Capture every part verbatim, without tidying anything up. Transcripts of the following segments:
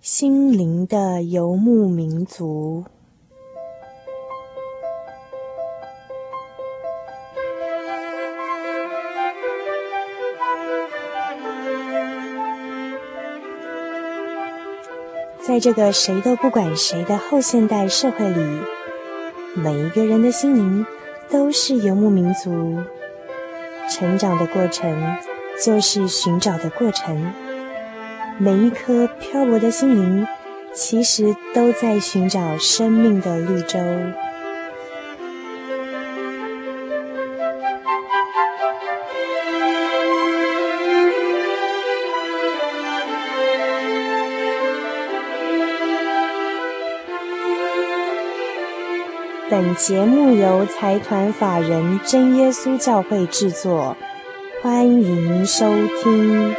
心灵的游牧民族。在这个谁都不管谁的后现代社会里，每一个人的心灵都是游牧民族。成长的过程就是寻找的过程，每一颗漂泊的心灵其实都在寻找生命的绿洲。本节目由财团法人真耶稣教会制作，欢迎收听。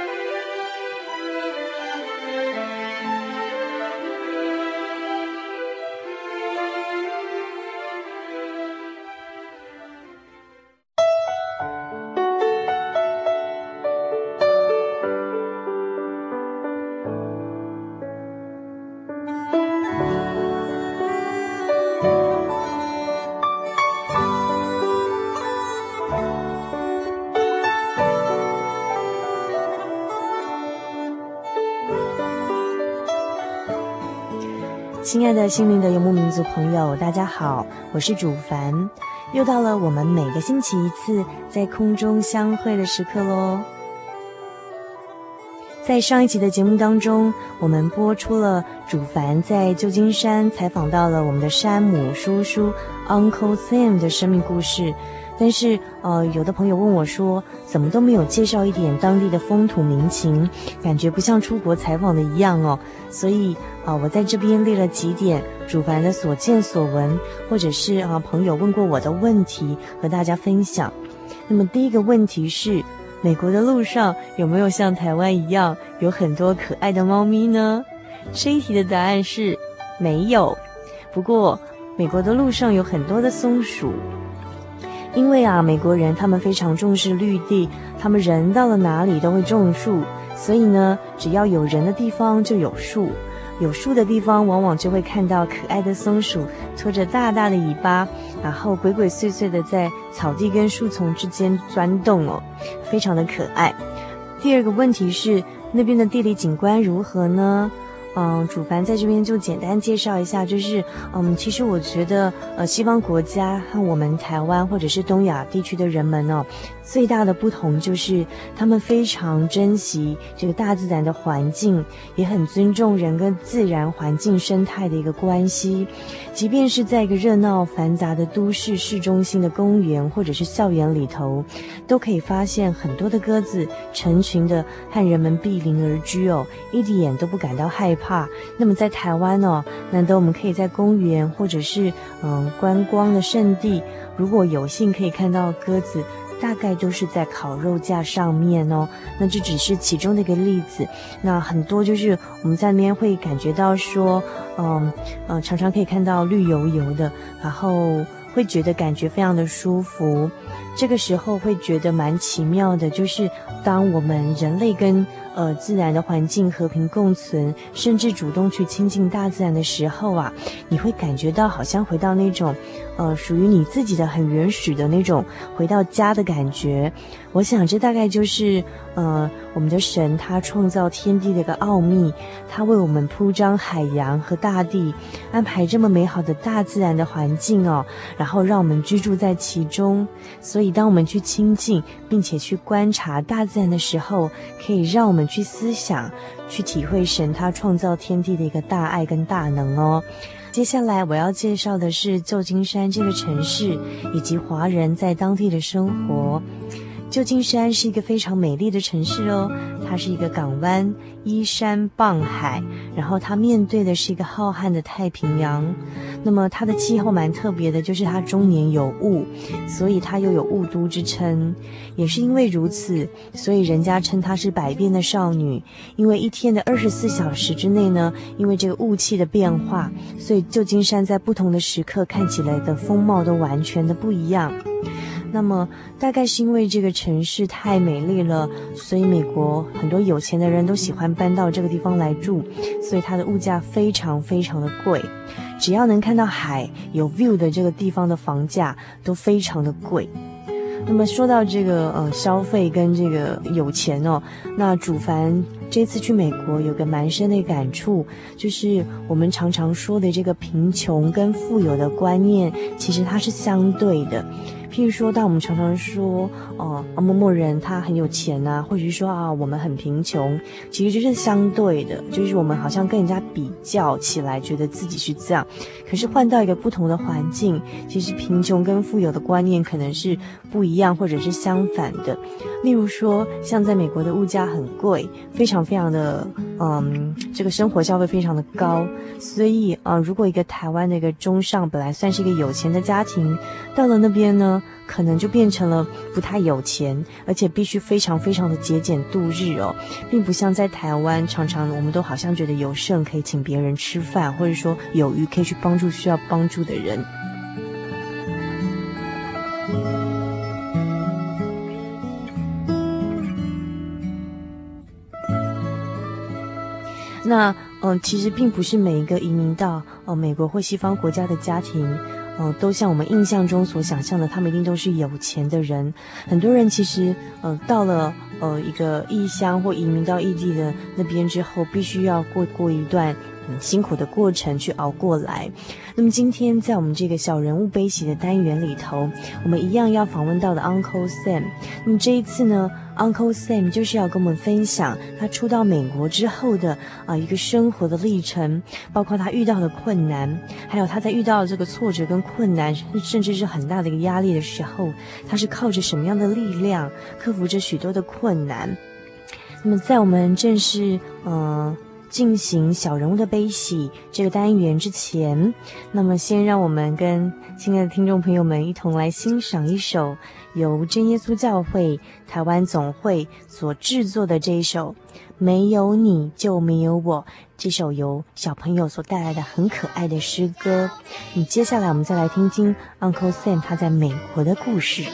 亲爱的心灵的游牧民族朋友，大家好，我是主凡，又到了我们每个星期一次在空中相会的时刻咯。在上一集的节目当中，我们播出了主凡在旧金山采访到了我们的山姆叔叔 Uncle Sam 的生命故事，但是呃，有的朋友问我说，怎么都没有介绍一点当地的风土民情，感觉不像出国采访的一样哦。所以啊、呃，我在这边列了几点主凡的所见所闻，或者是啊、呃、朋友问过我的问题，和大家分享。那么第一个问题是，美国的路上有没有像台湾一样有很多可爱的猫咪呢？这一题的答案是没有。不过美国的路上有很多的松鼠。因为啊，美国人他们非常重视绿地，他们人到了哪里都会种树，所以呢，只要有人的地方就有树，有树的地方往往就会看到可爱的松鼠拖着大大的尾巴，然后鬼鬼祟祟的在草地跟树丛之间钻动哦，非常的可爱。第二个问题是，那边的地理景观如何呢？嗯，主凡在这边就简单介绍一下，就是嗯，其实我觉得呃，西方国家和我们台湾或者是东亚地区的人们哦，最大的不同就是他们非常珍惜这个大自然的环境，也很尊重人跟自然环境生态的一个关系。即便是在一个热闹繁杂的都市市中心的公园或者是校园里头，都可以发现很多的鸽子成群的和人们毗邻而居哦，一点都不感到害怕。怕那么在台湾哦，难得我们可以在公园或者是嗯观光的圣地，如果有幸可以看到鸽子，大概都是在烤肉架上面哦。那这只是其中的一个例子，那很多就是我们在那边会感觉到说，嗯呃常常可以看到绿油油的，然后会觉得感觉非常的舒服。这个时候会觉得蛮奇妙的，就是当我们人类跟呃自然的环境和平共存，甚至主动去亲近大自然的时候啊，你会感觉到好像回到那种呃属于你自己的很原始的那种回到家的感觉。我想这大概就是呃我们的神他创造天地的一个奥秘，他为我们铺张海洋和大地，安排这么美好的大自然的环境哦，然后让我们居住在其中。所以当我们去亲近并且去观察大自然的时候，可以让我们去思想，去体会神他创造天地的一个大爱跟大能哦。接下来我要介绍的是旧金山这个城市以及华人在当地的生活。旧金山是一个非常美丽的城市哦，它是一个港湾，依山傍海，然后它面对的是一个浩瀚的太平洋。那么它的气候蛮特别的，就是它终年有雾，所以它又有雾都之称。也是因为如此，所以人家称它是百变的少女，因为一天的二十四小时之内呢，因为这个雾气的变化，所以旧金山在不同的时刻看起来的风貌都完全的不一样。 那么大概是因为这个城市太美丽了，所以美国很多有钱的人都喜欢搬到这个地方来住，所以它的物价非常非常的贵，只要能看到海有 view 的这个地方的房价都非常的贵。那么说到这个呃消费跟这个有钱哦，那主凡这次去美国有个蛮深的感触，就是我们常常说的这个贫穷跟富有的观念，其实它是相对的。譬如说，当我们常常说，哦、呃，某某人他很有钱啊，或者是说啊，我们很贫穷，其实这是相对的，就是我们好像跟人家比较起来，觉得自己是这样。可是换到一个不同的环境，其实贫穷跟富有的观念可能是不一样，或者是相反的。例如说，像在美国的物价很贵，非常非常的，嗯，这个生活消费非常的高，所以啊、呃，如果一个台湾的一个中上本来算是一个有钱的家庭，到了那边呢，可能就变成了不太有钱，而且必须非常非常的节俭度日哦，并不像在台湾，常常我们都好像觉得有剩可以请别人吃饭，或者说有余可以去帮助需要帮助的人。那呃，其实并不是每一个移民到呃美国或西方国家的家庭，呃，都像我们印象中所想象的，他们一定都是有钱的人。很多人其实呃到了呃一个异乡或移民到异地的那边之后，必须要过过一段很辛苦的过程去熬过来。那么今天在我们这个小人物悲喜的单元里头，我们一样要访问到的 Uncle Sam。那么这一次呢，Uncle Sam 就是要跟我们分享他初到美国之后的啊、呃、一个生活的历程，包括他遇到的困难，还有他在遇到这个挫折跟困难，甚至是很大的一个压力的时候，他是靠着什么样的力量克服着许多的困难。那么在我们正式呃进行小人物的悲喜这个单元之前，那么先让我们跟亲爱的听众朋友们一同来欣赏一首由真耶稣教会台湾总会所制作的这一首没有你就没有我，这首由小朋友所带来的很可爱的诗歌。你接下来我们再来听听 Uncle Sam 他在美国的故事。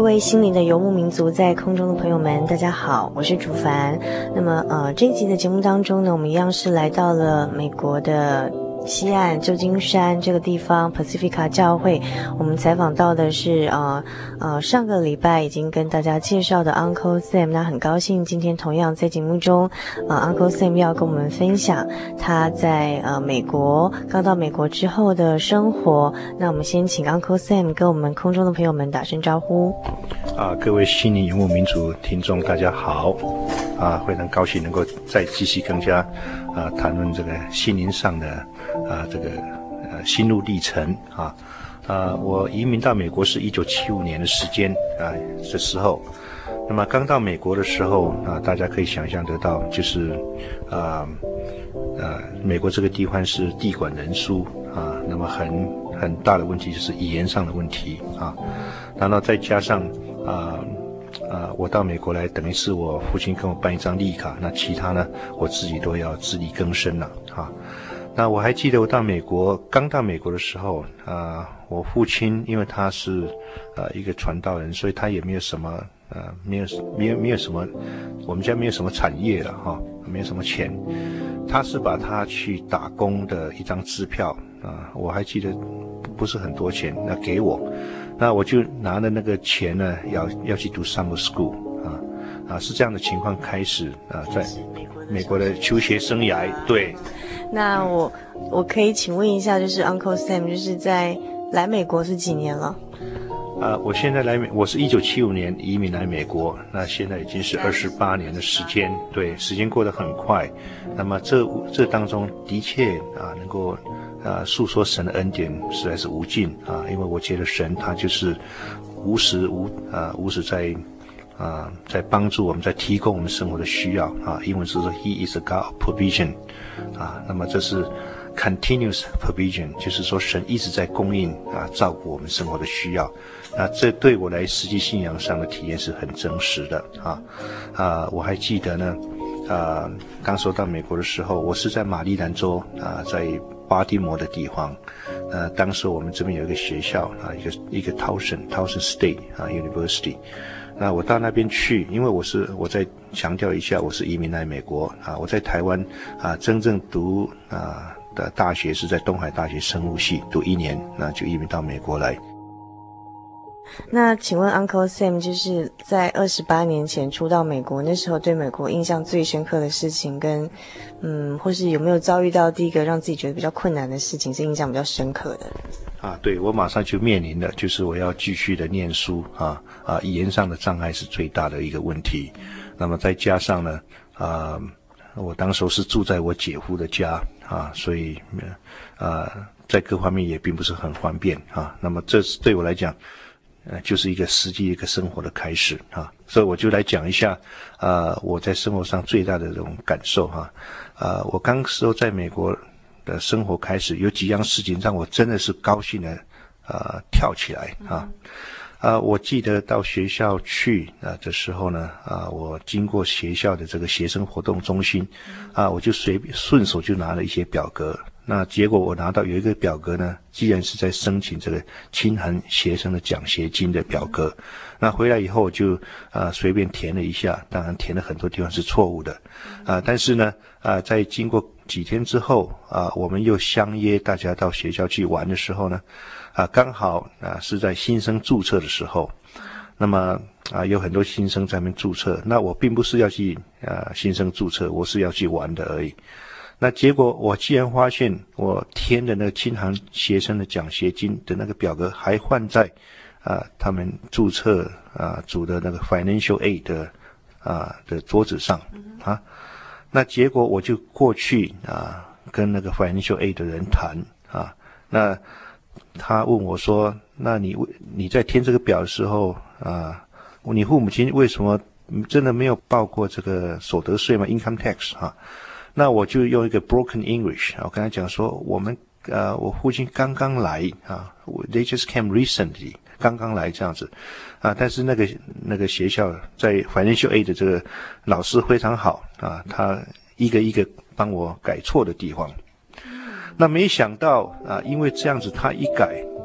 各位心灵的游牧民族在空中的朋友们，大家好，我是主凡。那么呃这一集的节目当中呢，我们一样是来到了美国的西岸旧金山这个地方 Pacifica 教会。我们采访到的是呃呃上个礼拜已经跟大家介绍的 Uncle Sam。 那很高兴今天同样在节目中呃 Uncle Sam 要跟我们分享他在呃美国刚到美国之后的生活。那我们先请 Uncle Sam 跟我们空中的朋友们打声招呼。 啊，各位心灵游牧民族听众大家好，啊，非常高兴能够再继续更加啊谈论这个心灵上的啊这个呃心路历程啊。啊，我移民到美国是一九七五年的时间啊，这时候，那么刚到美国的时候啊，大家可以想象得到，就是啊呃美国这个地方是地广人疏啊，那么很很大的问题就是语言上的问题啊，然后再加上啊啊，我到美国来，等于是我父亲跟我办一张绿卡，那其他呢，我自己都要自力更生了啊。那我还记得我到美国，刚到美国的时候啊，我父亲因为他是呃一个传道人，所以他也没有什么呃没有没有没有什么，我们家没有什么产业了哈，没有什么钱，他是把他去打工的一张支票啊，我还记得不是很多钱，那给我。那我就拿了那个钱呢，要要去读 summer school 啊啊，是这样的情况开始啊，在美国的求学生涯。对， 那我我可以请问一下，就是 Uncle Sam， 就是在来美国是几年了？ 啊，我现在来美，我是一九七五年移民来美国，那现在已经是二十八年的时间，对，时间过得很快。那么这这当中的确啊，能够。啊，诉说神的恩典实在是无尽啊！因为我觉得神他就是无时无啊无时在啊在帮助我们，在提供我们生活的需要啊。英文是说 He is a God of provision 啊。那么这是 continuous provision， 就是说神一直在供应啊，照顾我们生活的需要。那这对我来实际信仰上的体验是很真实的啊啊！我还记得呢啊，刚收到美国的时候，我是在马里兰州啊，在巴蒂摩的地方，呃，当时我们这边有一个学校啊，一个一个 Towson Towson State 啊 University， 那我到那边去，因为我是我再强调一下，我是移民来美国啊，我在台湾啊真正读啊的大学是在东海大学生物系读一年，那就移民到美国来。 那请问 Uncle Sam， 就是在二十八年前初到美国，那时候对美国印象最深刻的事情跟嗯，或是有没有遭遇到第一个让自己觉得比较困难的事情，是印象比较深刻的？ 啊，对，我马上就面临了，就是我要继续的念书啊啊，语言上的障碍是最大的一个问题。那么再加上呢，啊，我当时是住在我姐夫的家啊，所以啊，在各方面也并不是很方便啊。那么这是对我来讲。呃，就是一个实际一个生活的开始啊，所以我就来讲一下，呃，我在生活上最大的这种感受哈，呃，我刚时候在美国的生活开始，有几样事情让我真的是高兴的，呃，跳起来啊，啊，我记得到学校去啊的时候呢，啊，我经过学校的这个学生活动中心，啊，我就随便顺手就拿了一些表格。那结果我拿到有一个表格呢，既然是在申请这个清寒学生的奖学金的表格，那回来以后就啊、呃、随便填了一下，当然填了很多地方是错误的，啊、呃，但是呢啊、呃、在经过几天之后啊、呃，我们又相约大家到学校去玩的时候呢，啊、呃、刚好啊、呃、是在新生注册的时候，那么啊、呃、有很多新生在那边注册，那我并不是要去啊、呃、新生注册，我是要去玩的而已。那结果我既然发现我填的那个清寒学生的奖学金的那个表格还放在啊、呃、他们注册啊、呃、组的那个 financial aid 的啊、呃、的桌子上啊，那结果我就过去啊、呃、跟那个 financial aid 的人谈啊，那他问我说，那你你在填这个表的时候啊、呃，你父母亲为什么真的没有报过这个所得税吗 income tax 啊？那我就用一个 broken English， 我跟他讲说，我们呃，我父亲刚刚来啊 ，they just came recently， 刚刚来这样子，啊，但是那个那个学校在 financial aid 的这个老师非常好啊，他一个一个帮我改错的地方。那没想到啊，因为这样子他一改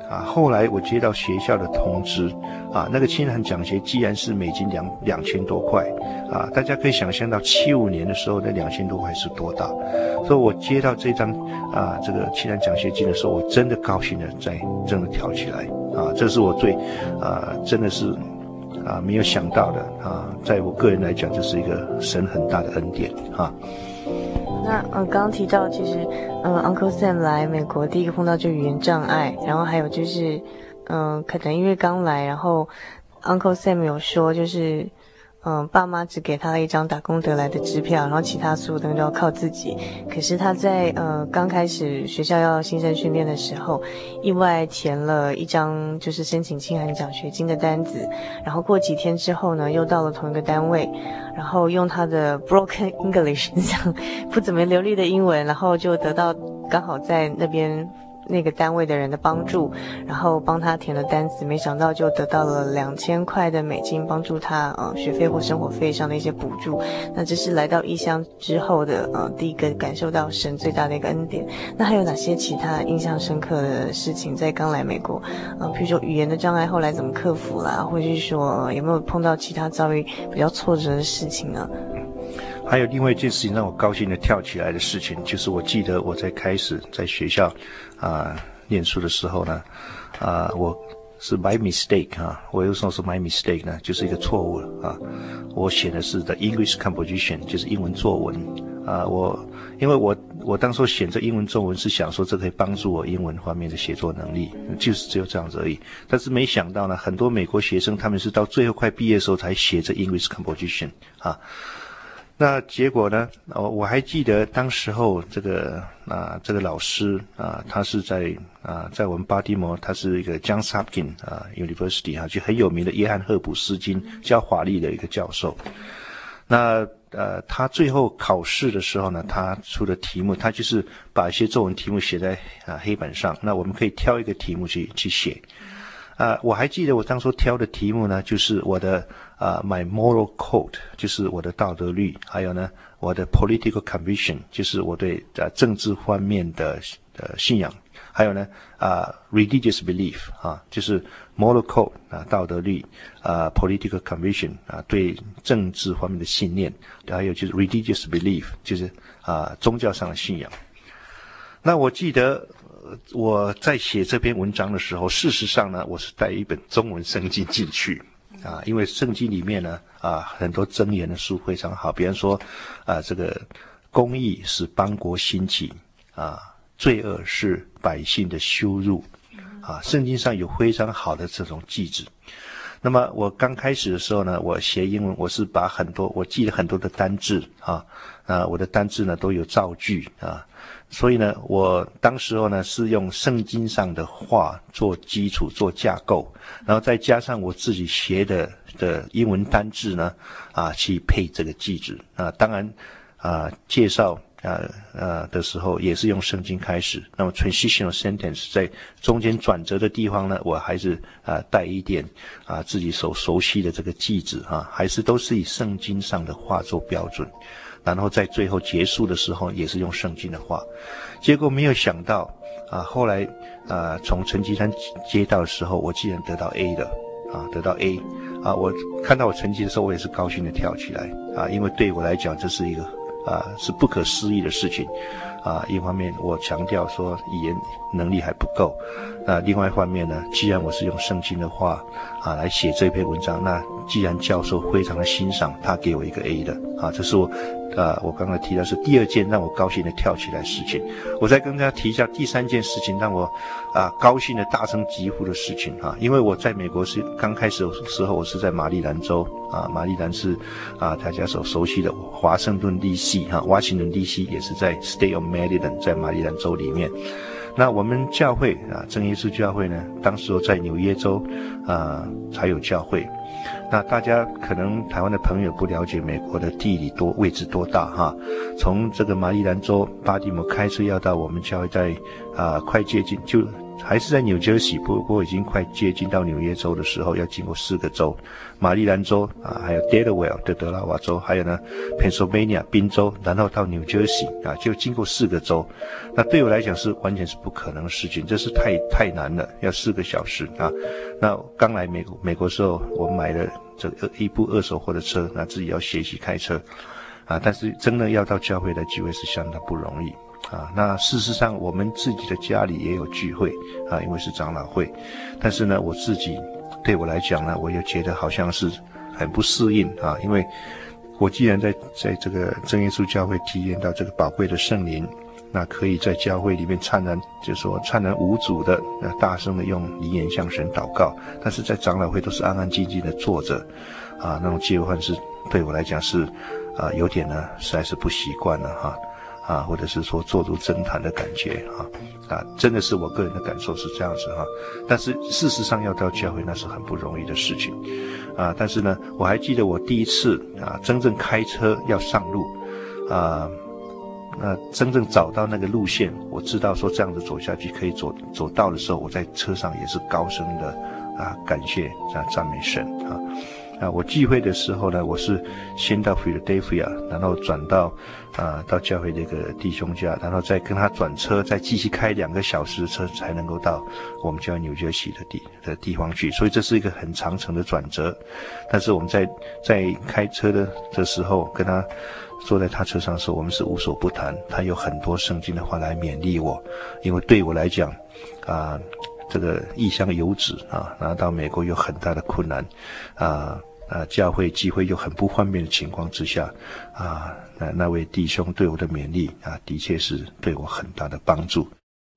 啊，后来我接到学校的通知，啊，那个清寒奖学既然是美金两两千多块，啊，大家可以想象到七五年的时候那两千多块是多大，所以我接到这张啊这个清寒奖学金的时候，我真的高兴的在真的跳起来，啊，这是我最啊真的是啊没有想到的啊，在我个人来讲，这是一个神很大的恩典啊。 那呃，刚刚提到，其实呃，Uncle Sam 来美国第一个碰到就语言障碍，然后还有就是，嗯、呃，可能因为刚来，然后 Uncle Sam 有说，就是嗯、呃，爸妈只给他了一张打工得来的支票，然后其他所有东西都要靠自己。可是他在呃刚开始学校要新生训练的时候，意外填了一张就是申请清寒奖学金的单子，然后过几天之后呢，又到了同一个单位。然后用他的 broken English 这样不怎么流利的英文，然后就得到刚好在那边那个单位的人的帮助，然后帮他填了单子，没想到就得到了两千块的美金，帮助他呃学费或生活费上的一些补助。那这是来到异乡之后的呃第一个感受到神最大的一个恩典。那还有哪些其他印象深刻的事情在刚来美国？呃，比如说语言的障碍后来怎么克服啦，或者是说、呃、有没有碰到其他遭遇比较挫折的事情呢？ 还有另外一件事情让我高兴的跳起来的事情，就是我记得我在开始在学校啊、呃、念书的时候呢，啊、呃、我是 my mistake 啊，我有时候是 my mistake 呢，就是一个错误啊。我写的是 the English composition， 就是英文作文啊。我因为我我当初写这英文作文是想说这可以帮助我英文方面的写作能力，就是只有这样子而已。但是没想到呢，很多美国学生他们是到最后快毕业的时候才写这 English composition 啊。那结果呢？哦，我还记得当时候这个啊，这个老师啊，他是在啊，在我们巴蒂摩，他是一个 Johns Hopkins 啊 University 啊，就很有名的约翰赫普斯金教法律的一个教授。那呃，他最后考试的时候呢，他出的题目，他就是把一些作文题目写在啊黑板上，那我们可以挑一个题目去去写。啊，我还记得我当初挑的题目呢，就是我的啊、uh, ，my moral code， 就是我的道德律，还有呢，我的 political conviction， 就是我对呃政治方面的呃信仰，还有呢啊、uh, religious belief 啊，就是 moral code 啊道德律啊 political conviction 啊对政治方面的信念，还有就是 religious belief， 就是啊宗教上的信仰。那我记得我在写这篇文章的时候，事实上呢，我是带一本中文圣经进去啊，因为圣经里面呢啊很多箴言的书非常好，比方说啊这个公义使邦国兴起啊，罪恶是百姓的羞辱啊，圣经上有非常好的这种记载。那么我刚开始的时候呢，我学英文，我是把很多我记了很多的单字啊，啊我的单字呢都有造句啊。所以呢，我当时候呢是用圣经上的话做基础做架构，然后再加上我自己学的的英文单字呢，啊去配这个句子啊。当然啊介绍啊呃的时候也是用圣经开始。那么 transitional sentence 在中间转折的地方呢，我还是啊带一点啊自己所熟悉的这个句子啊，还是都是以圣经上的话做标准。然后在最后结束的时候也是用圣经的话，结果没有想到啊，后来啊从成绩单接到的时候，我竟然得到 A 了啊，得到 A 啊！我看到我成绩的时候，我也是高兴的跳起来啊，因为对我来讲这是一个啊是不可思议的事情啊。一方面我强调说语言能力还不够，那另外一方面呢，既然我是用圣经的话啊来写这篇文章，那既然教授非常的欣赏，他给我一个 A 的啊，这是我呃，我刚才提到是第二件让我高兴的跳起来的事情。我再跟大家提一下第三件事情让我啊高兴的大声疾呼的事情啊，因为我在美国是刚开始的时候，我是在马里兰州啊，马里兰是啊大家所熟悉的华盛顿 D C 哈、啊，华盛顿 D C 也是在 State of Maryland， 在马里兰州里面。那我们教会啊，真耶稣教会呢，当时在纽约州啊才有教会。那大家可能台湾的朋友不了解美国的地理多位置多大哈，从这个马里兰州巴蒂摩开车要到我们教会在啊快接近就还是在纽泽西，不过已经快接近到纽约州的时候，要经过四个州，马里兰州啊，还有 Delaware 的德拉瓦州，还有呢 Pennsylvania 宾州，然后到纽泽西啊，就经过四个州。那对我来讲是完全是不可能的事情，这是太太难了，要四个小时啊。那刚来美国美国时候，我买了这个一部二手货的车，那自己要学习开车啊，但是真的要到教会来聚会是相当不容易。啊，那事实上我们自己的家里也有聚会啊，因为是长老会，但是呢，我自己对我来讲呢，我也觉得好像是很不适应啊，因为我既然在在这个真耶稣教会体验到这个宝贵的圣灵，那可以在教会里面灿然，就是说灿然无阻的、呃、大声的用灵言向神祷告，但是在长老会都是安安静静的坐着啊，那种切换是对我来讲是啊有点呢实在是不习惯了哈。啊，或者是说坐如针毯的感觉啊，啊，真的是我个人的感受是这样子哈。但是事实上要到教会那是很不容易的事情，啊，但是呢，我还记得我第一次啊真正开车要上路，啊，那真正找到那个路线，我知道说这样子走下去可以走走到的时候，我在车上也是高声的啊感谢啊赞美神啊。啊，我聚会的时候呢，我是先到 Philadelphia， 然后转到啊到教会这个弟兄家，然后再跟他转车，再继续开两个小时的车，才能够到我们叫纽泽西的地的地方去。所以这是一个很长程的转折。但是我们在在开车的的时候，跟他坐在他车上的时候，我们是无所不谈。他有很多圣经的话来勉励我，因为对我来讲，啊。这个异乡游子啊，然后到美国有很大的困难，啊啊，教会机会又很不方便的情况之下，啊，那那位弟兄对我的勉励啊，的确是对我很大的帮助。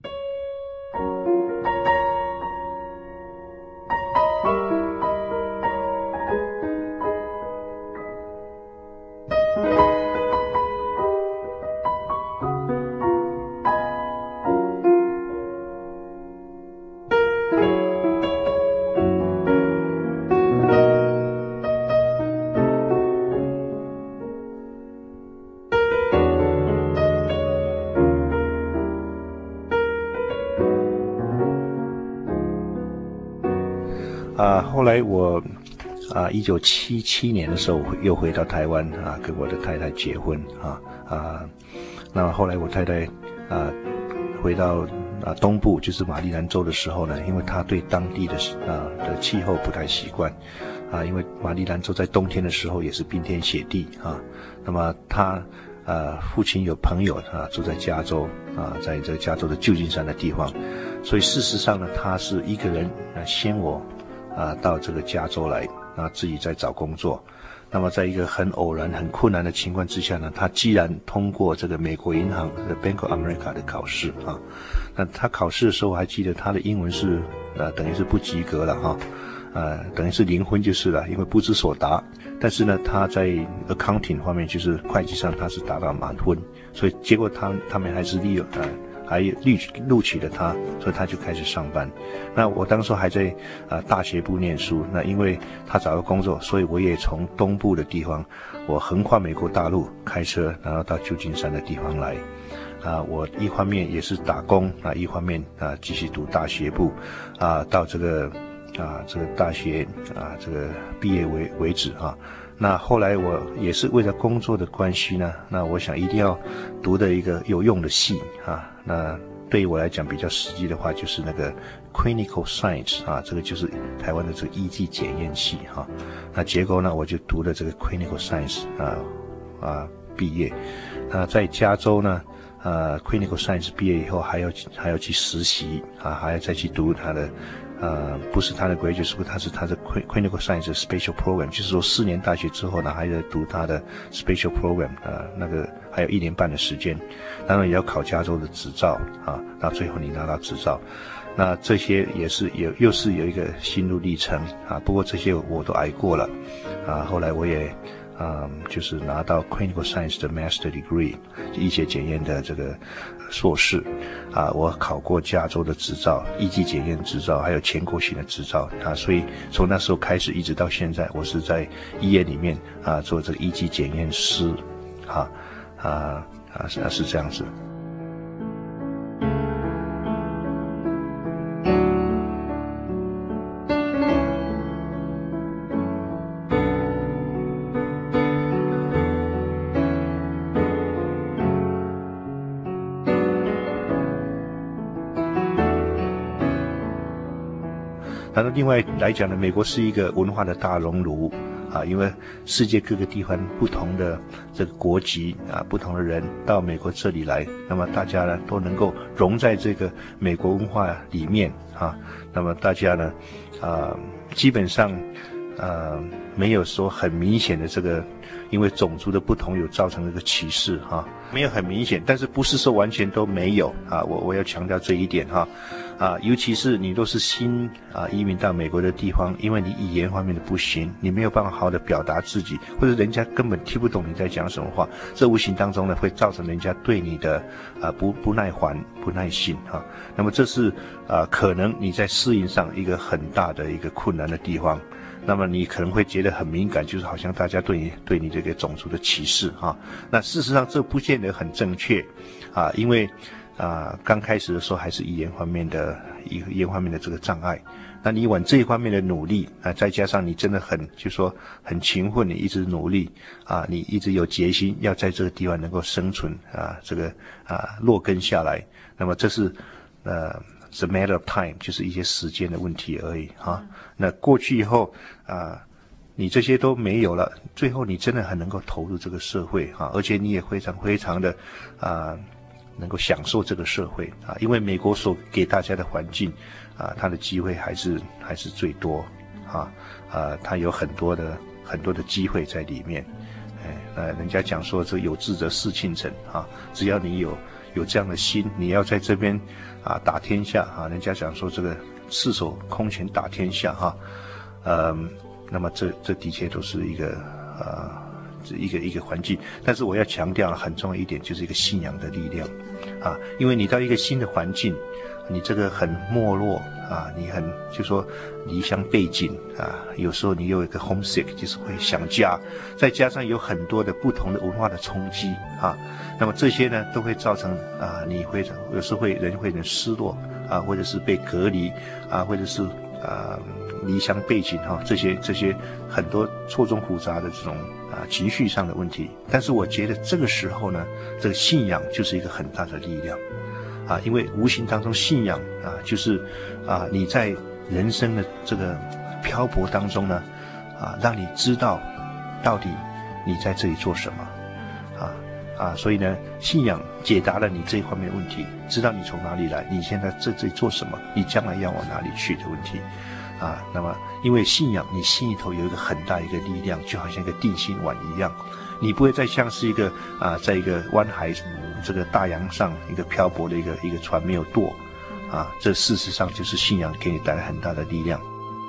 啊，后来我啊，一九七七年的时候又回到台湾啊，跟我的太太结婚啊啊，那后来我太太啊回到啊东部，就是马里兰州的时候呢，因为她对当地的啊的气候不太习惯啊，因为马里兰州在冬天的时候也是冰天雪地啊，那么她呃父亲有朋友啊住在加州啊，在这个加州的旧金山的地方，所以事实上呢，他是一个人啊先我。啊，到这个加州来，啊，自己在找工作。那么，在一个很偶然、很困难的情况之下呢，他既然通过这个美国银行的 Bank of America 的考试啊，那他考试的时候，我还记得他的英文是呃，等于是不及格了哈，呃，等于是零分就是了，因为不知所答。但是呢，他在 accounting 方面，就是会计上，他是达到满分，所以结果他他们还是利用呃。还录录取了他，所以他就开始上班。那我当时还在啊、呃、大学部念书，那因为他找到工作，所以我也从东部的地方，我横跨美国大陆开车，然后到旧金山的地方来。啊，我一方面也是打工啊，一方面啊继续读大学部，啊到这个啊这个大学啊这个毕业为为止啊。那后来我也是为了工作的关系呢，那我想一定要读的一个有用的系啊。那对于我来讲比较实际的话，就是那个 Clinical Science 啊，这个就是台湾的这个医技检验系哈、啊。那结果呢，我就读了这个 Clinical Science 啊啊毕业。那在加州呢，呃 Clinical Science 毕业以后还要还要去实习啊，还要再去读他的。呃，不是他的 graduate school， 他是他的 clinical science special program， 就是说四年大学之后呢，还在读他的 special program， 呃，那个还有一年半的时间，当然也要考加州的执照啊，到最后你拿到执照，那这些也是有又是有一个心路历程啊，不过这些我都挨过了啊，后来我也。嗯，就是拿到 Clinical Science 的 Master Degree， 医学检验的这个硕士，啊，我考过加州的执照、医技检验执照，还有全国性的执照啊，所以从那时候开始一直到现在，我是在医院里面啊做这个医技检验师，啊啊啊是是这样子。 那另外来讲呢，美国是一个文化的大熔炉啊，因为世界各个地方不同的这个国籍啊，不同的人到美国这里来，那么大家呢都能够融在这个美国文化里面啊，那么大家呢啊基本上呃没有说很明显的这个因为种族的不同有造成这个歧视哈、啊，没有很明显，但是不是说完全都没有啊，我我要强调这一点哈。啊，尤其是你都是新啊移民到美国的地方，因为你语言方面的不行，你没有办法好好的表达自己，或者人家根本听不懂你在讲什么话，这无形当中呢会造成人家对你的啊不不耐烦、不耐心哈、啊。那么这是啊可能你在适应上一个很大的一个困难的地方。那么你可能会觉得很敏感，就是好像大家对你对你这个种族的歧视啊。那事实上这不见得很正确啊，因为啊，刚开始的时候还是语言方面的语言方面的这个障碍，那你往这一方面的努力啊，再加上你真的很就说很勤奋，你一直努力啊，你一直有决心要在这个地方能够生存啊，这个啊落根下来，那么这是呃 it's a matter of time， 就是一些时间的问题而已啊。那过去以后啊，你这些都没有了，最后你真的很能够投入这个社会啊，而且你也非常非常的啊。能够享受这个社会啊，因为美国所给大家的环境啊，它的机会还是还是最多啊啊，它有很多的很多的机会在里面，哎呃，人家讲说这有志者事竟成啊，只要你有有这样的心，你要在这边啊打天下啊，人家讲说这个赤手空拳打天下哈，呃，那么这这的确都是一个呃。一个一个环境，但是我要强调很重要一点，就是一个信仰的力量啊，因为你到一个新的环境，你这个很没落啊，你很就说离乡背井啊，有时候你有一个 homesick， 就是会想家，再加上有很多的不同的文化的冲击啊，那么这些呢都会造成啊，你会有时候会人会很失落啊，或者是被隔离啊，或者是啊离乡背井哈、啊，这些这些很多错综复杂的这种啊情绪上的问题。但是我觉得这个时候呢，这个信仰就是一个很大的力量啊，因为无形当中信仰啊，就是啊你在人生的这个漂泊当中呢，啊让你知道到底你在这里做什么啊啊，所以呢，信仰解答了你这一方面的问题，知道你从哪里来，你现在在这里做什么，你将来要往哪里去的问题。啊，那么因为信仰，你心里头有一个很大一个力量，就好像一个定心丸一样，你不会再像是一个啊，在一个湾海这个大洋上一个漂泊的一个一个船没有舵，啊，这事实上就是信仰给你带来很大的力量。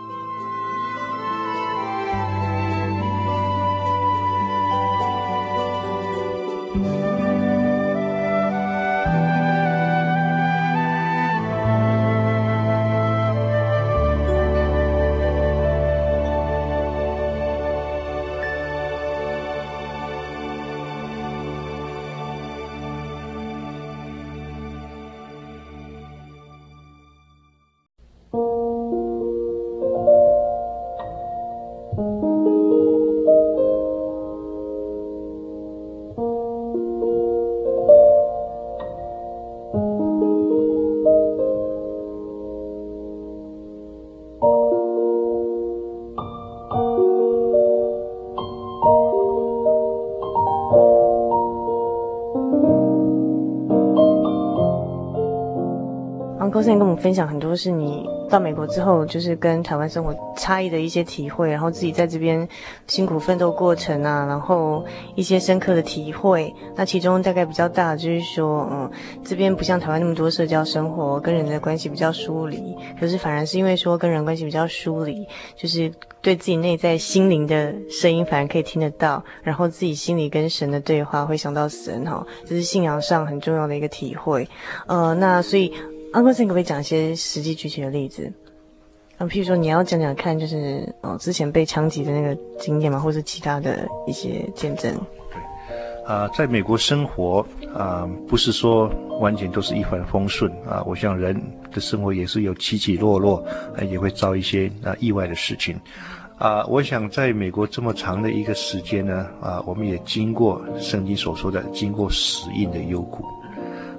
高先跟我们分享很多是你到美国之后就是跟台湾生活差异的一些体会，然后自己在这边辛苦奋斗过程啊，然后一些深刻的体会。那其中大概比较大的就是说嗯，这边不像台湾那么多社交生活，跟人的关系比较疏离，可是反而是因为说跟人关系比较疏离，就是对自己内在心灵的声音反而可以听得到，然后自己心里跟神的对话会想到神哈，这是信仰上很重要的一个体会。呃，那所以Uncle Sam 可不可以讲一些实际具体的例子？啊，譬如说你要讲讲看，就是哦之前被枪击的那个经验嘛，或是其他的一些见证。 对，啊、呃，在美国生活啊、呃，不是说完全都是一帆风顺啊。我想人的生活也是有起起落落，呃、也会遭一些啊、呃、意外的事情。啊、呃，我想在美国这么长的一个时间呢，啊、呃，我们也经过圣经所说的，经过死荫的幽谷。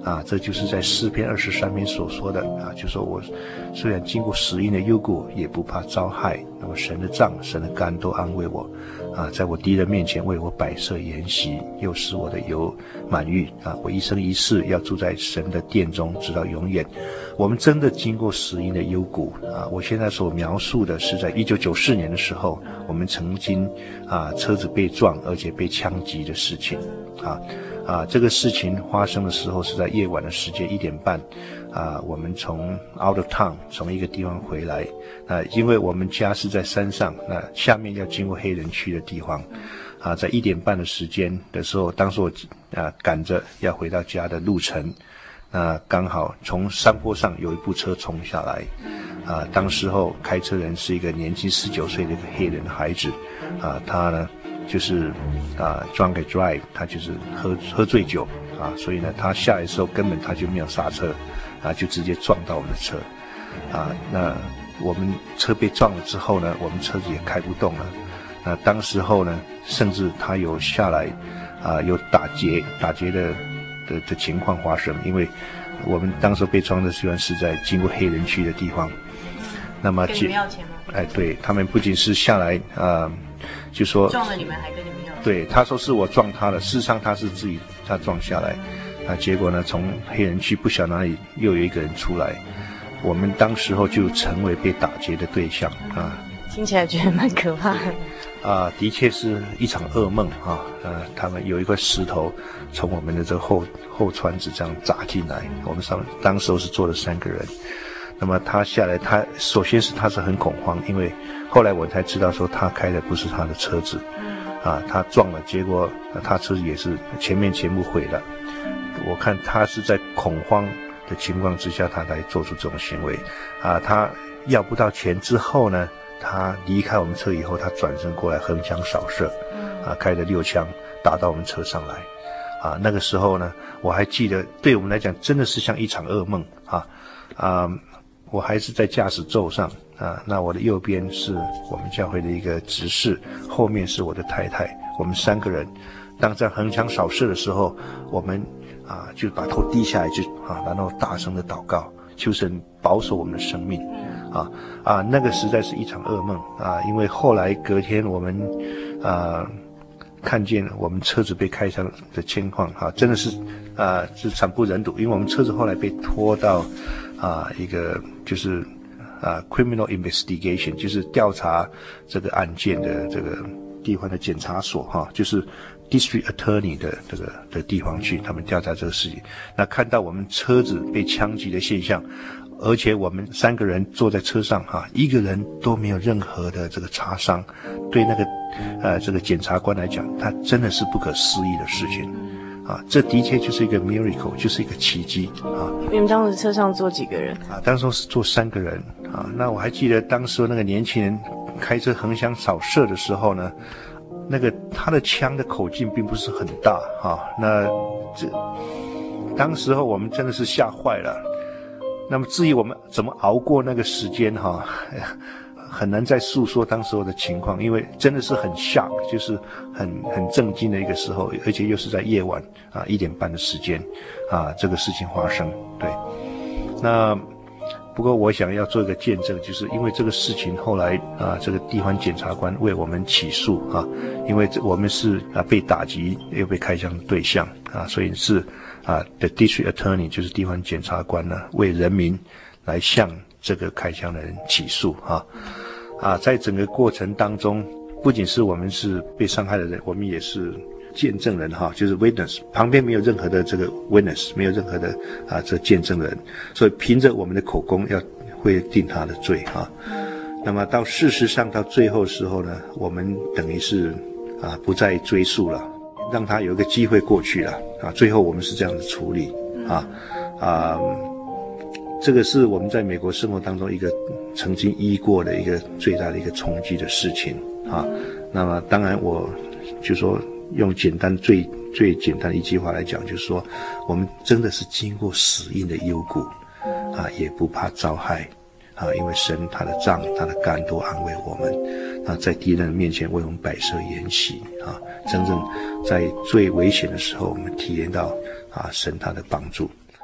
啊，这就是在诗篇二十三篇所说的啊，就说我虽然经过死荫的幽谷，也不怕遭害。那么神的杖、神的竿都安慰我，啊，在我敌人面前为我摆设筵席，又使我的油满溢啊！我一生一世要住在神的殿中，直到永远。我们真的经过死荫的幽谷啊！我现在所描述的是在一九九四年的时候，我们曾经啊车子被撞，而且被枪击的事情啊。啊，这个事情发生的时候是在夜晚的时间一点半，啊，我们从 out of town 从一个地方回来，啊，因为我们家是在山上，那下面要经过黑人区的地方，啊，在一点半的时间的时候，当时我啊赶着要回到家的路程，那刚好从山坡上有一部车冲下来，啊，当时候开车人是一个年轻十九岁的一个黑人的孩子，啊，他呢。就是啊 drunk drive， 他就是喝喝醉酒啊，所以呢，他下来的时候根本他就没有刹车，啊，就直接撞到我们的车，啊，那我们车被撞了之后呢，我们车子也开不动了，那当时候呢，甚至他有下来啊，有打劫打劫的的的情况发生，因为我们当时被撞的虽然是在经过黑人区的地方，那么跟你们要钱吗？ 哎，对他们不仅是下来啊。就说撞了你们还跟你们要？ 对，他说是我撞他的，事实上他是自己他撞下来，啊，结果呢，从黑人区不晓得哪里又有一个人出来，我们当时候就成为被打劫的对象啊。 听起来觉得蛮可怕的。 啊，的确是一场噩梦啊！呃，他们有一块石头从我们的这个后后窗子这样砸进来，我们上当时候是坐了三个人。那么他下来，他首先是他是很恐慌，因为后来我才知道说他开的不是他的车子，啊，他撞了，结果他车子也是前面全部毁了。我看他是在恐慌的情况之下，他才做出这种行为，啊，他要不到钱之后呢，他离开我们车以后，他转身过来横枪扫射，啊，开了六枪打到我们车上来，啊，那个时候呢，我还记得，对我们来讲真的是像一场噩梦啊，啊。我还是在驾驶座上啊，那我的右边是我们教会的一个执事，后面是我的太太，我们三个人，当在横枪扫射的时候，我们啊就把头低下来就啊，然后大声的祷告，求神保守我们的生命，啊啊，那个实在是一场噩梦啊，因为后来隔天我们啊看见我们车子被开枪的情况啊，真的是啊是惨不忍睹，因为我们车子后来被拖到。啊，一个就是啊 ，criminal investigation， 就是调查这个案件的这个地方的检察所哈，就是 district attorney 的这个的地方去，他们调查这个事情。那看到我们车子被枪击的现象，而且我们三个人坐在车上哈，一个人都没有任何的这个擦伤，对那个呃这个检察官来讲，他真的是不可思议的事情。啊，这的确就是一个 miracle， 就是一个奇迹啊！ 你们当时车上坐几个人？ 啊，当时是坐三个人啊。那我还记得当时那个年轻人开车横枪扫射的时候呢，那个他的枪的口径并不是很大啊。那这当时候我们真的是吓坏了。那么至于我们怎么熬过那个时间哈、啊？很难再诉说当时候的情况，因为真的是很shock，就是很很震惊的一个时候，而且又是在夜晚啊一点半的时间啊，这个事情发生。对，那不过我想要做一个见证，就是因为这个事情后来啊，这个地方检察官为我们起诉啊，因为我们是啊被打击又被开枪的对象啊，所以是啊 the district attorney 就是地方检察官呢为人民来向这个开枪的人起诉啊。啊，在整个过程当中，不仅是我们是被伤害的人，我们也是见证人哈，就是 witness， 旁边没有任何的这个 witness， 没有任何的啊这见证人，所以凭着我们的口供要会定他的罪哈。那么到事实上到最后时候呢，我们等于是啊不再追溯了，让他有一个机会过去了啊。最后我们是这样子处理啊啊。这个是我们在美国生活当中一个曾经遇过的一个最大的一个冲击的事情啊。那么当然我就说用简单最最简单的一句话来讲，就是说我们真的是经过死荫的幽谷啊，也不怕遭害啊，因为神他的杖他的竿都安慰我们啊，在敌人面前为我们摆设筵席啊，真正在最危险的时候我们体验到啊神他的帮助。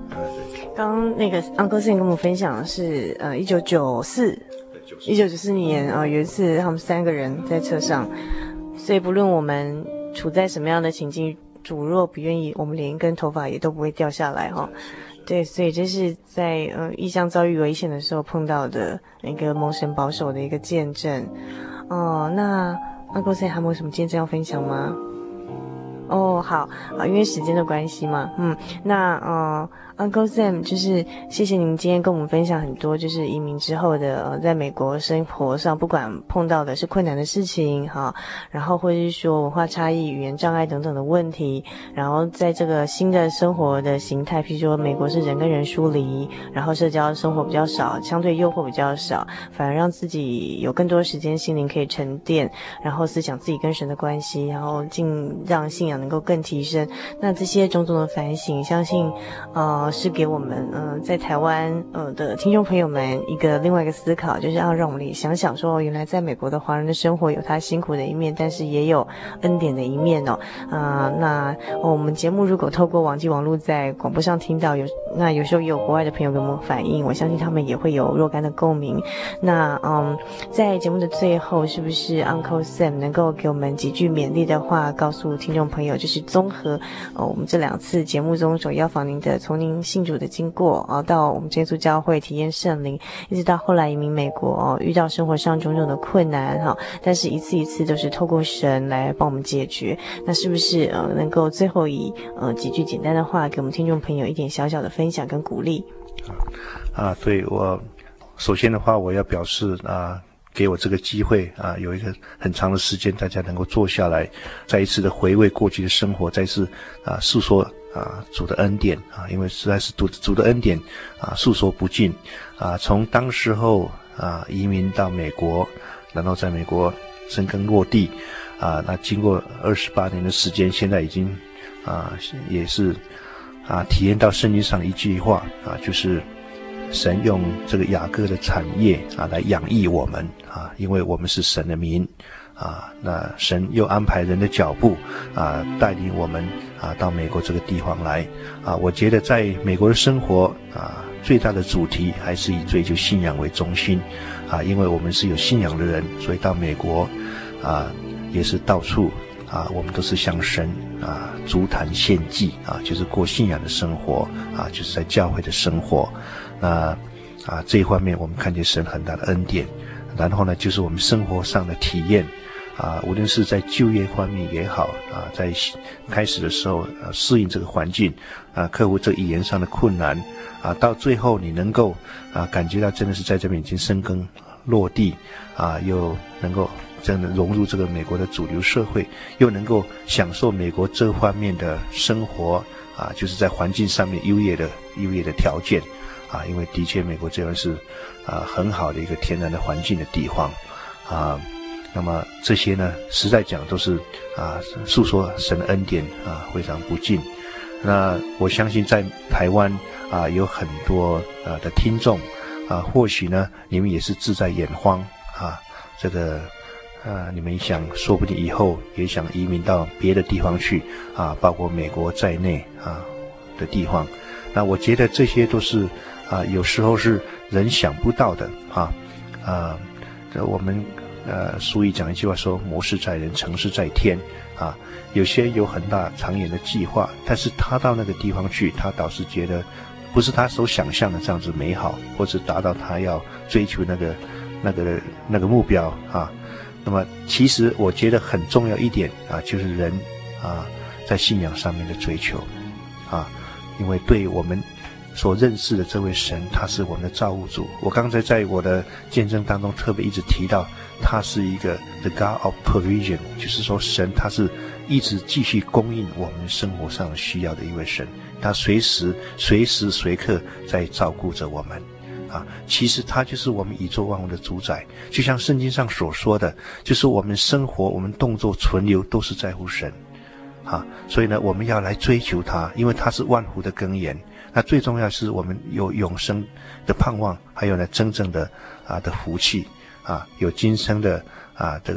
刚刚那个 Uncle Sam 跟我们分享的是呃一九九四一九九四年啊、呃、有一次他们三个人在车上，所以不论我们处在什么样的情境，主若不愿意，我们连一根头发也都不会掉下来哈。对，所以这是在呃异乡遭遇危险的时候碰到的一个蒙神保守的一个见证。哦、呃，那 Uncle Sam 还有没有什么见证要分享吗？哦，好啊，因为时间的关系嘛，嗯，那呃 Uncle Sam 就是谢谢您今天跟我们分享很多，就是移民之后的呃在美国生活上，不管碰到的是困难的事情哈，然后或者是说文化差异、语言障碍等等的问题，然后在这个新的生活的形态，譬如说美国是人跟人疏离，然后社交生活比较少，相对诱惑比较少，反而让自己有更多时间心灵可以沉淀，然后思想自己跟神的关系，然后尽让信仰能够更提升。那这些种种的反省，相信呃是给我们呃在台湾呃的听众朋友们一个另外一个思考，就是要让我们也想想说，原来在美国的华人的生活有他辛苦的一面，但是也有恩典的一面哦。啊、呃，那、哦、我们节目如果透过网际网络在广播上听到，有那有时候也有国外的朋友给我们反映，我相信他们也会有若干的共鸣。那嗯，在节目的最后，是不是 Uncle Sam 能够给我们几句勉励的话，告诉听众朋友，就是综合呃我们这两次节目中所邀访您的，从您信主的经过啊，到我们耶稣教会体验圣灵，一直到后来移民美国哦，遇到生活上种种的困难哈，但是一次一次都是透过神来帮我们解决。那是不是呃能够最后以呃几句简单的话，给我们听众朋友一点小小的分享跟鼓励？ 啊，对，我首先的话，我要表示啊。给我这个机会啊，有一个很长的时间，大家能够坐下来，再一次的回味过去的生活，再一次啊诉说啊主的恩典啊，因为实在是主主的恩典啊诉说不尽啊。从当时候啊移民到美国，然后在美国生根落地啊，那经过二十八年的时间，现在已经啊也是啊体验到圣经上的一句话啊，就是神用这个雅各的产业啊来养育我们啊，因为我们是神的民啊。那神又安排人的脚步啊，带领我们啊到美国这个地方来啊。我觉得在美国的生活啊，最大的主题还是以追求信仰为中心啊，因为我们是有信仰的人，所以到美国啊也是到处啊，我们都是向神啊足坛献祭啊，就是过信仰的生活啊，就是在教会的生活。那啊这一方面我们看见神很大的恩典，然后呢就是我们生活上的体验啊，无论是在就业方面也好啊，在开始的时候啊适应这个环境啊，克服这语言上的困难啊，到最后你能够啊感觉到真的是在这边已经生根落地啊，又能够真的融入这个美国的主流社会，又能够享受美国这方面的生活啊，就是在环境上面优越的优越的条件啊，因为的确美国这边是啊很好的一个天然的环境的地方啊。那么这些呢，实在讲都是啊诉说神的恩典啊非常不尽。那我相信在台湾啊有很多啊的听众啊，或许呢你们也是志在远方啊，这个啊你们想说不定以后也想移民到别的地方去啊，包括美国在内啊的地方。那我觉得这些都是啊有时候是人想不到的啊啊这我们呃俗语讲一句话说，谋事在人，成事在天啊。有些人有很大长远的计划，但是他到那个地方去，他倒是觉得不是他所想象的这样子美好，或者达到他要追求那个那个那个目标啊。那么其实我觉得很重要一点啊，就是人啊在信仰上面的追求啊，因为对我们所认识的这位神，他是我们的造物主。我刚才在我的见证当中特别一直提到，他是一个 The God of Provision， 就是说神他是一直继续供应我们生活上需要的一位神，他随时随时随刻在照顾着我们啊。其实他就是我们宇宙万物的主宰，就像圣经上所说的，就是我们生活我们动作存留都是在乎神啊。所以呢我们要来追求他，因为他是万福的根源。那最重要是我们有永生的盼望，还有呢真正的啊的福气啊，有今生的啊这个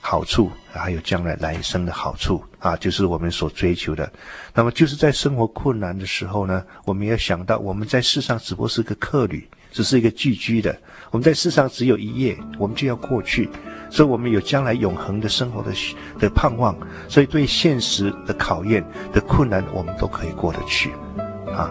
好处，还有将来来生的好处啊，就是我们所追求的。那么就是在生活困难的时候呢，我们要想到我们在世上只不过是个客旅，只是一个寄居的，我们在世上只有一夜，我们就要过去，所以我们有将来永恒的生活的的盼望，所以对现实的考验的困难我们都可以过得去啊。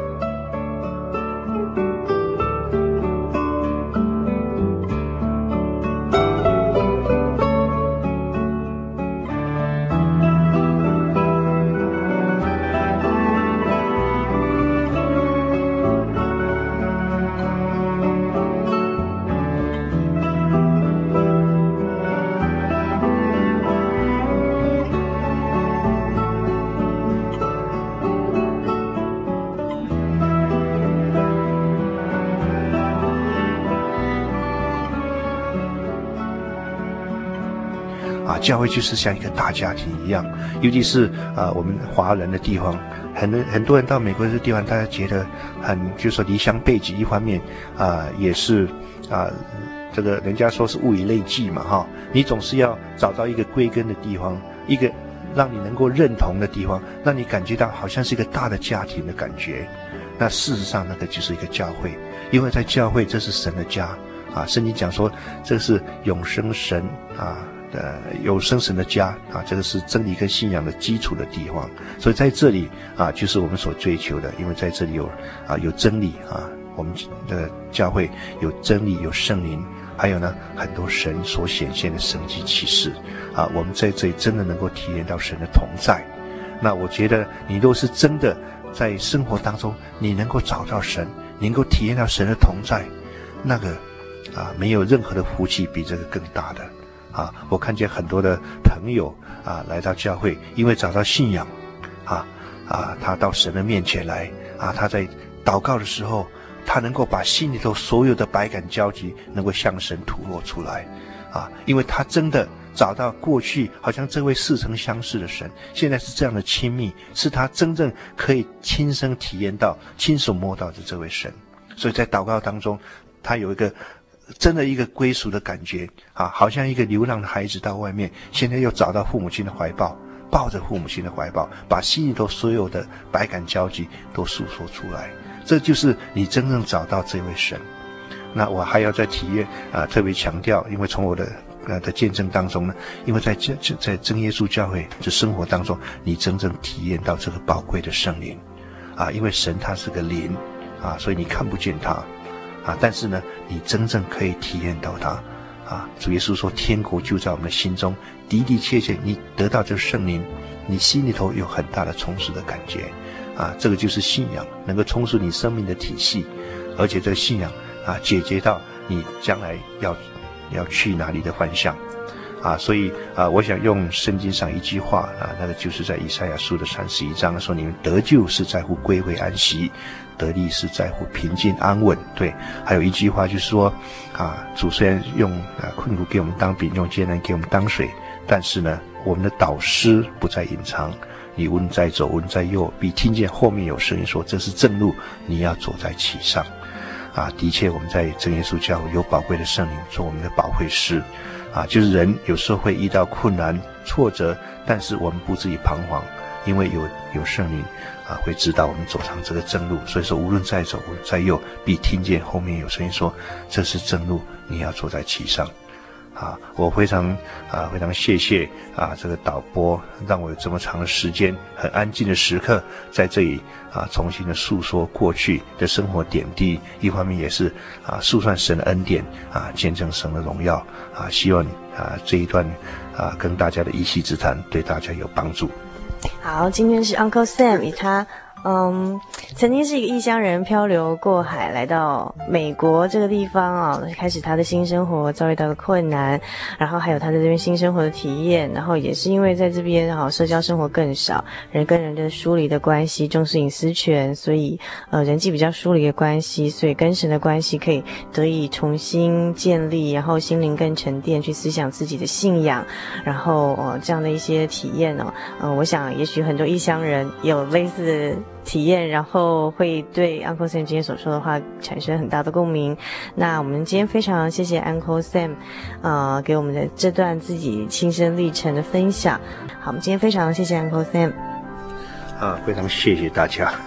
教会就是像一个大家庭一样，尤其是啊、呃、我们华人的地方，很多很多人到美国这个地方，大家觉得很就是说离乡背井，一方面啊、呃、也是啊、呃、这个人家说是物以类聚嘛哈，你总是要找到一个归根的地方，一个让你能够认同的地方，让你感觉到好像是一个大的家庭的感觉。那事实上那个就是一个教会，因为在教会这是神的家啊，圣经讲说这是永生神啊呃，有生神的家啊，这个是真理跟信仰的基础的地方，所以在这里啊，就是我们所追求的，因为在这里有啊有真理啊，我们的教会有真理，有圣灵，还有呢很多神所显现的神迹奇事啊，我们在这里真的能够体验到神的同在。那我觉得你若是真的在生活当中，你能够找到神，你能够体验到神的同在，那个啊没有任何的福气比这个更大的。啊，我看见很多的朋友啊来到教会，因为找到信仰，啊啊，他到神的面前来啊，他在祷告的时候，他能够把心里头所有的百感交集能够向神吐露出来，啊，因为他真的找到过去好像这位似曾相识的神，现在是这样的亲密，是他真正可以亲身体验到、亲手摸到的这位神，所以在祷告当中，他有一个。真的一个归属的感觉啊，好像一个流浪的孩子到外面，现在又找到父母亲的怀抱，抱着父母亲的怀抱，把心里头所有的百感交集都诉说出来，这就是你真正找到这位神。那我还要再体验啊，特别强调，因为从我的呃的见证当中呢，因为在这在真耶稣教会的生活当中，你真正体验到这个宝贵的圣灵啊，因为神他是个灵啊，所以你看不见他。啊，但是呢，你真正可以体验到它，啊，主耶稣说，天国就在我们的心中，的的确确，你得到这个圣灵，你心里头有很大的充实的感觉，啊，这个就是信仰，能够充实你生命的体系，而且这个信仰啊，解决到你将来要要去哪里的幻象，啊，所以啊，我想用圣经上一句话啊，那个就是在以赛亚书的三十一章说，你们得救是在乎归回安息。得力是在乎平静安稳，对。还有一句话就是说，啊，主虽然用啊困苦给我们当饼，用艰难给我们当水，但是呢，我们的导师不再隐藏。你无论在左，无论在右，必听见后面有声音说：“这是正路，你要走在其上。”啊，的确，我们在真耶稣教会有宝贵的圣灵做我们的保惠师，啊，就是人有时候会遇到困难、挫折，但是我们不至于彷徨，因为有有圣灵。啊，会指导我们走上这个正路，所以说无论在左，无论在右，必听见后面有声音说：“这是正路，你要走在其上。”啊，我非常啊非常谢谢啊这个导播，让我有这么长的时间，很安静的时刻，在这里啊重新的诉说过去的生活点滴，一方面也是啊述算神的恩典啊，见证神的荣耀啊，希望啊这一段啊跟大家的一席之谈对大家有帮助。 好，今天是 Uncle Sam 以他嗯，曾经是一个异乡人，漂流过海来到美国这个地方啊，开始他的新生活，遭遇到了困难，然后还有他在这边新生活的体验，然后也是因为在这边啊社交生活更少，人跟人的疏离的关系，重视隐私权，所以呃人际比较疏离的关系，所以跟神的关系可以得以重新建立，然后心灵更沉淀，去思想自己的信仰，然后呃这样的一些体验呢，呃我想也许很多异乡人也有类似的体验，然后会对 Uncle Sam 今天所说的话产生很大的共鸣。那我们今天非常谢谢 Uncle Sam， 呃，给我们的这段自己亲身历程的分享。好，我们今天非常谢谢 Uncle Sam。 啊，非常谢谢大家。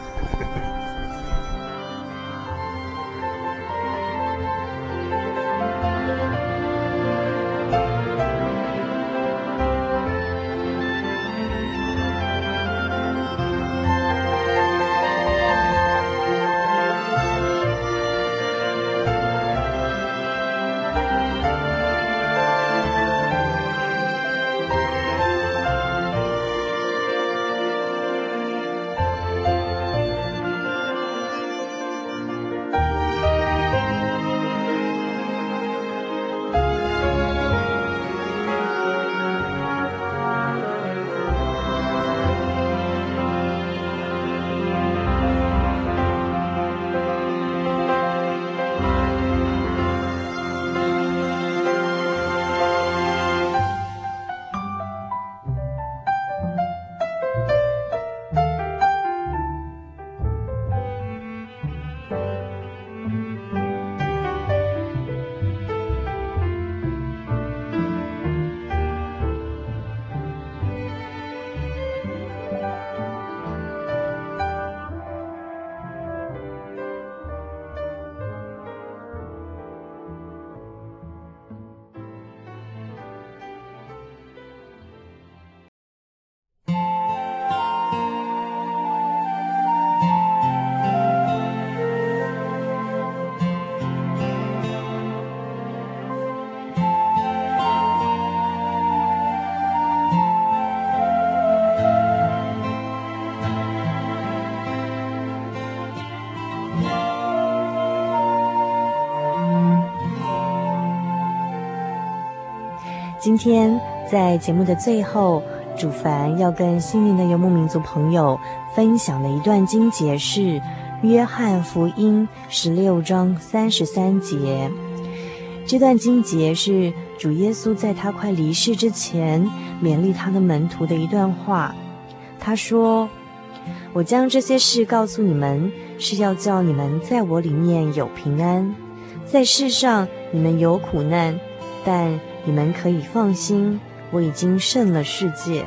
今天在节目的最后，主凡要跟心灵的游牧民族朋友分享的一段经节是约翰福音十六章三十三节。这段经节是主耶稣在他快离世之前勉励他的门徒的一段话。他说：我将这些事告诉你们，是要叫你们在我里面有平安。在世上你们有苦难，但你们可以放心，我已经胜了世界。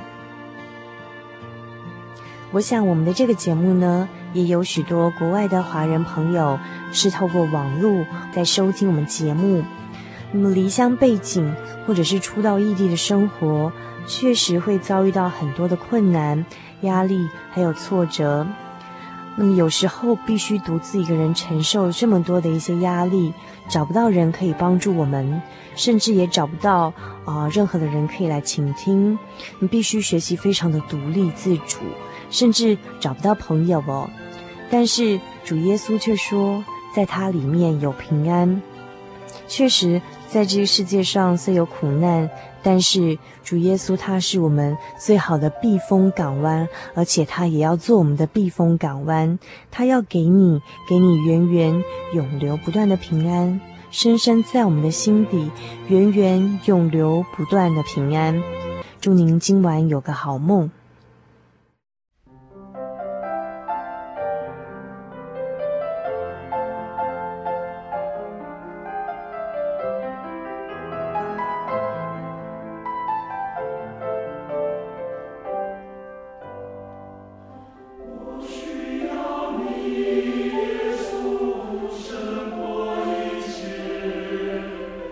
我想我们的这个节目呢，也有许多国外的华人朋友是透过网络在收听我们节目。那么离乡背景或者是初到异地的生活，确实会遭遇到很多的困难、压力还有挫折。那么有时候必须独自一个人承受这么多的一些压力，找不到人可以帮助我们，甚至也找不到啊、呃、任何的人可以来倾听。你必须学习非常的独立自主，甚至找不到朋友哦。但是主耶稣却说，在他里面有平安。确实，在这个世界上虽有苦难，但是主耶稣他是我们最好的避风港湾，而且他也要做我们的避风港湾。他要给你给你源源永流不断的平安，深深在我们的心底源源永流不断的平安。祝您今晚有个好梦。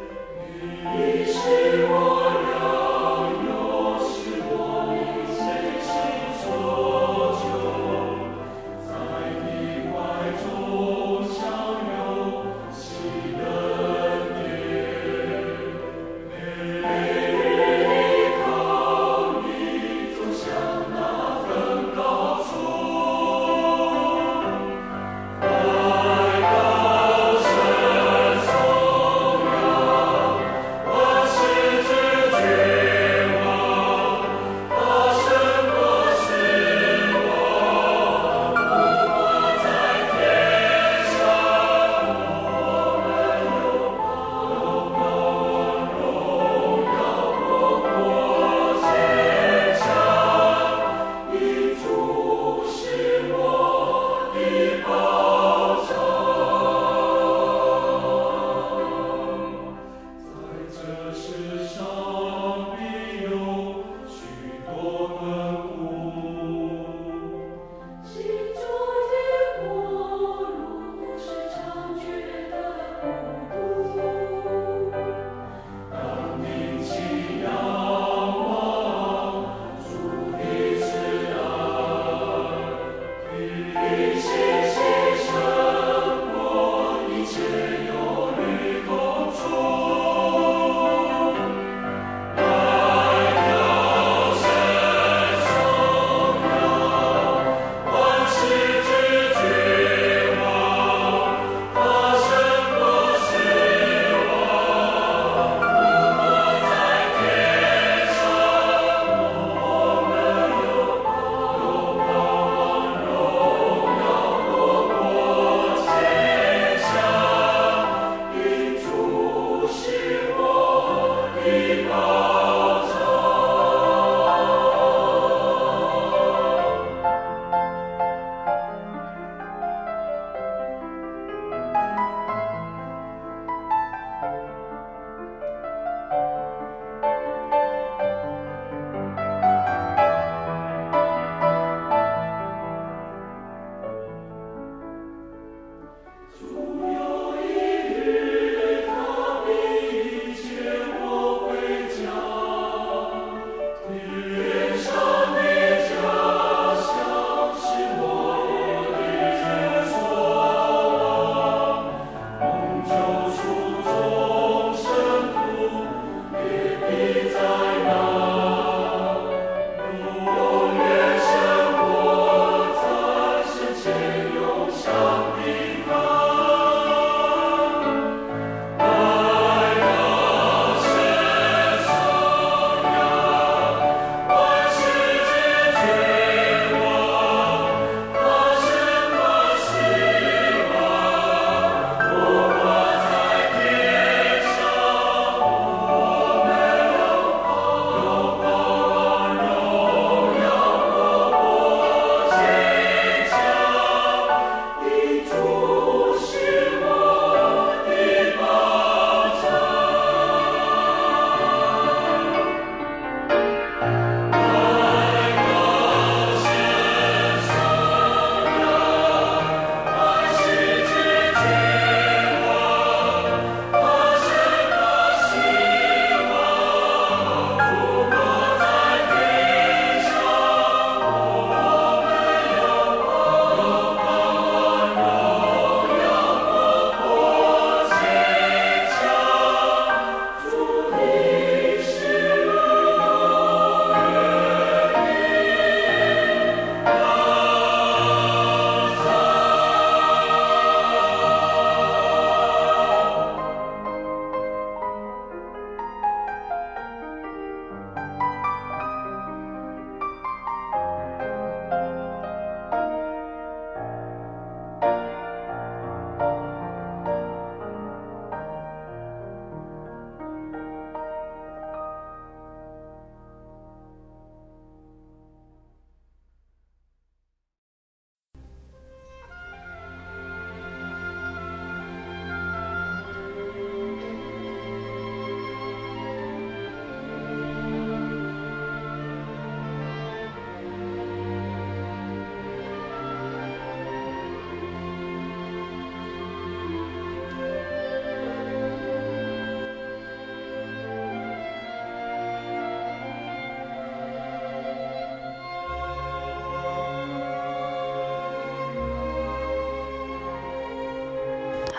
你是我良友，是我灵。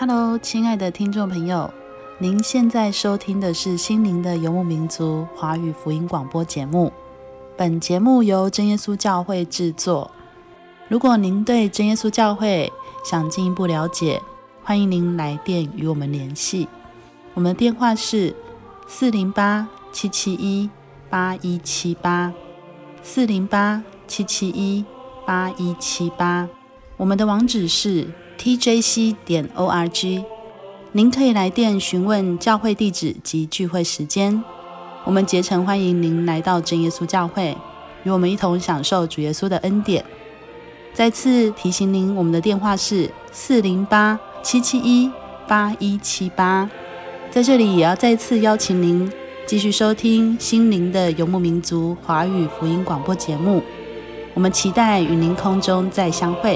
Hello， 亲爱的听众朋友，您现在收听的是心灵的游牧民族华语福音广播节目。本节目由真耶稣教会制作。如果您对真耶稣教会想进一步了解，欢迎您来电与我们联系。我们的电话是四零八七七一八一七八四零八七七一八一七八。我们的网址是 T J C 点 O R G。 您可以来电询问教会地址及聚会时间。我们竭诚欢迎您来到真耶稣教会，与我们一同享受主耶稣的恩典。再次提醒您，我们的电话是四零八七七一八一七八。在这里也要再次邀请您继续收听心灵的游牧民族华语福音广播节目。我们期待与您空中再相会。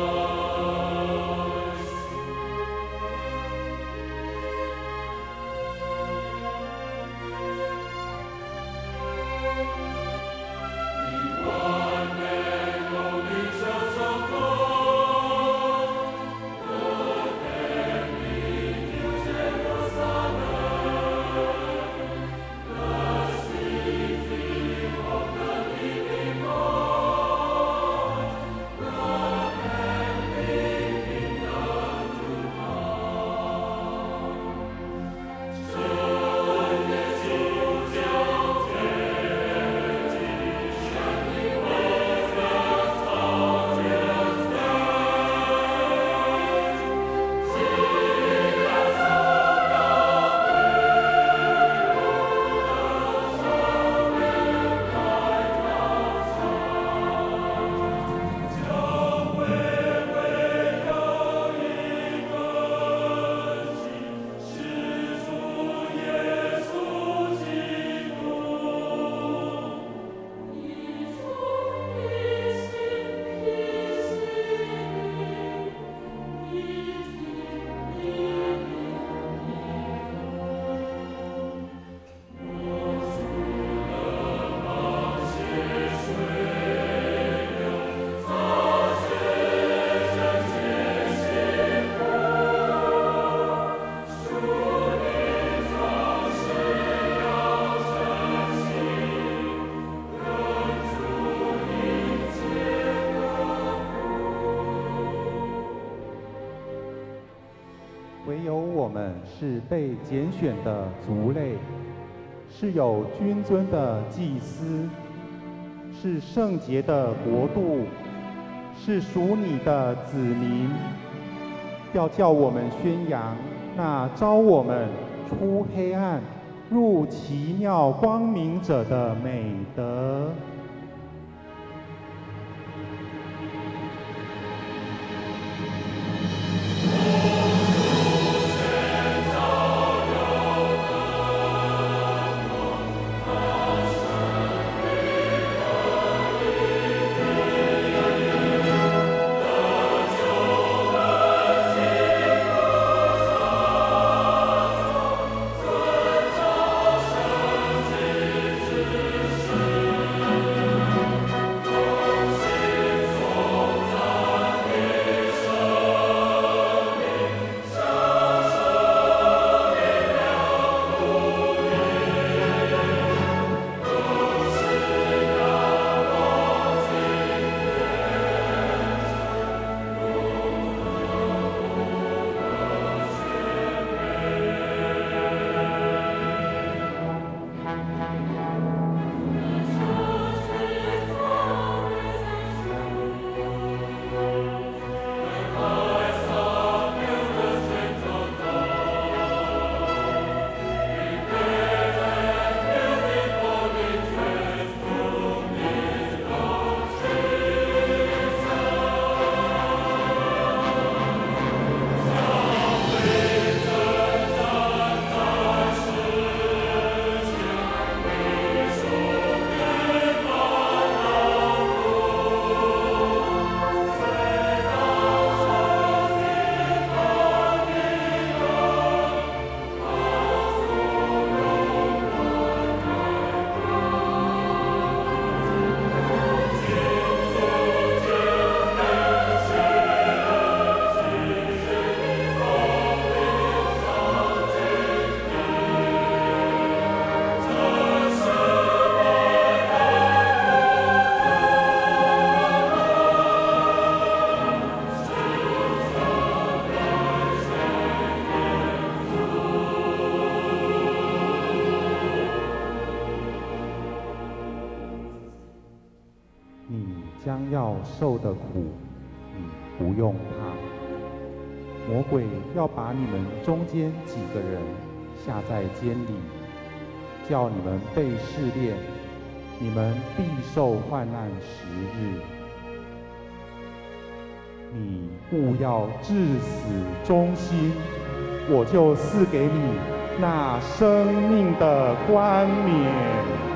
是被拣选的族类，是有君尊的祭司，是圣洁的国度，是属你的子民，要叫我们宣扬那召我们出黑暗入奇妙光明者的美德。 将要受的苦，你不用怕。魔鬼要把你们中间几个人下在监里，叫你们被试炼，你们必受患难十日。你务要至死忠心，我就赐给你那生命的冠冕。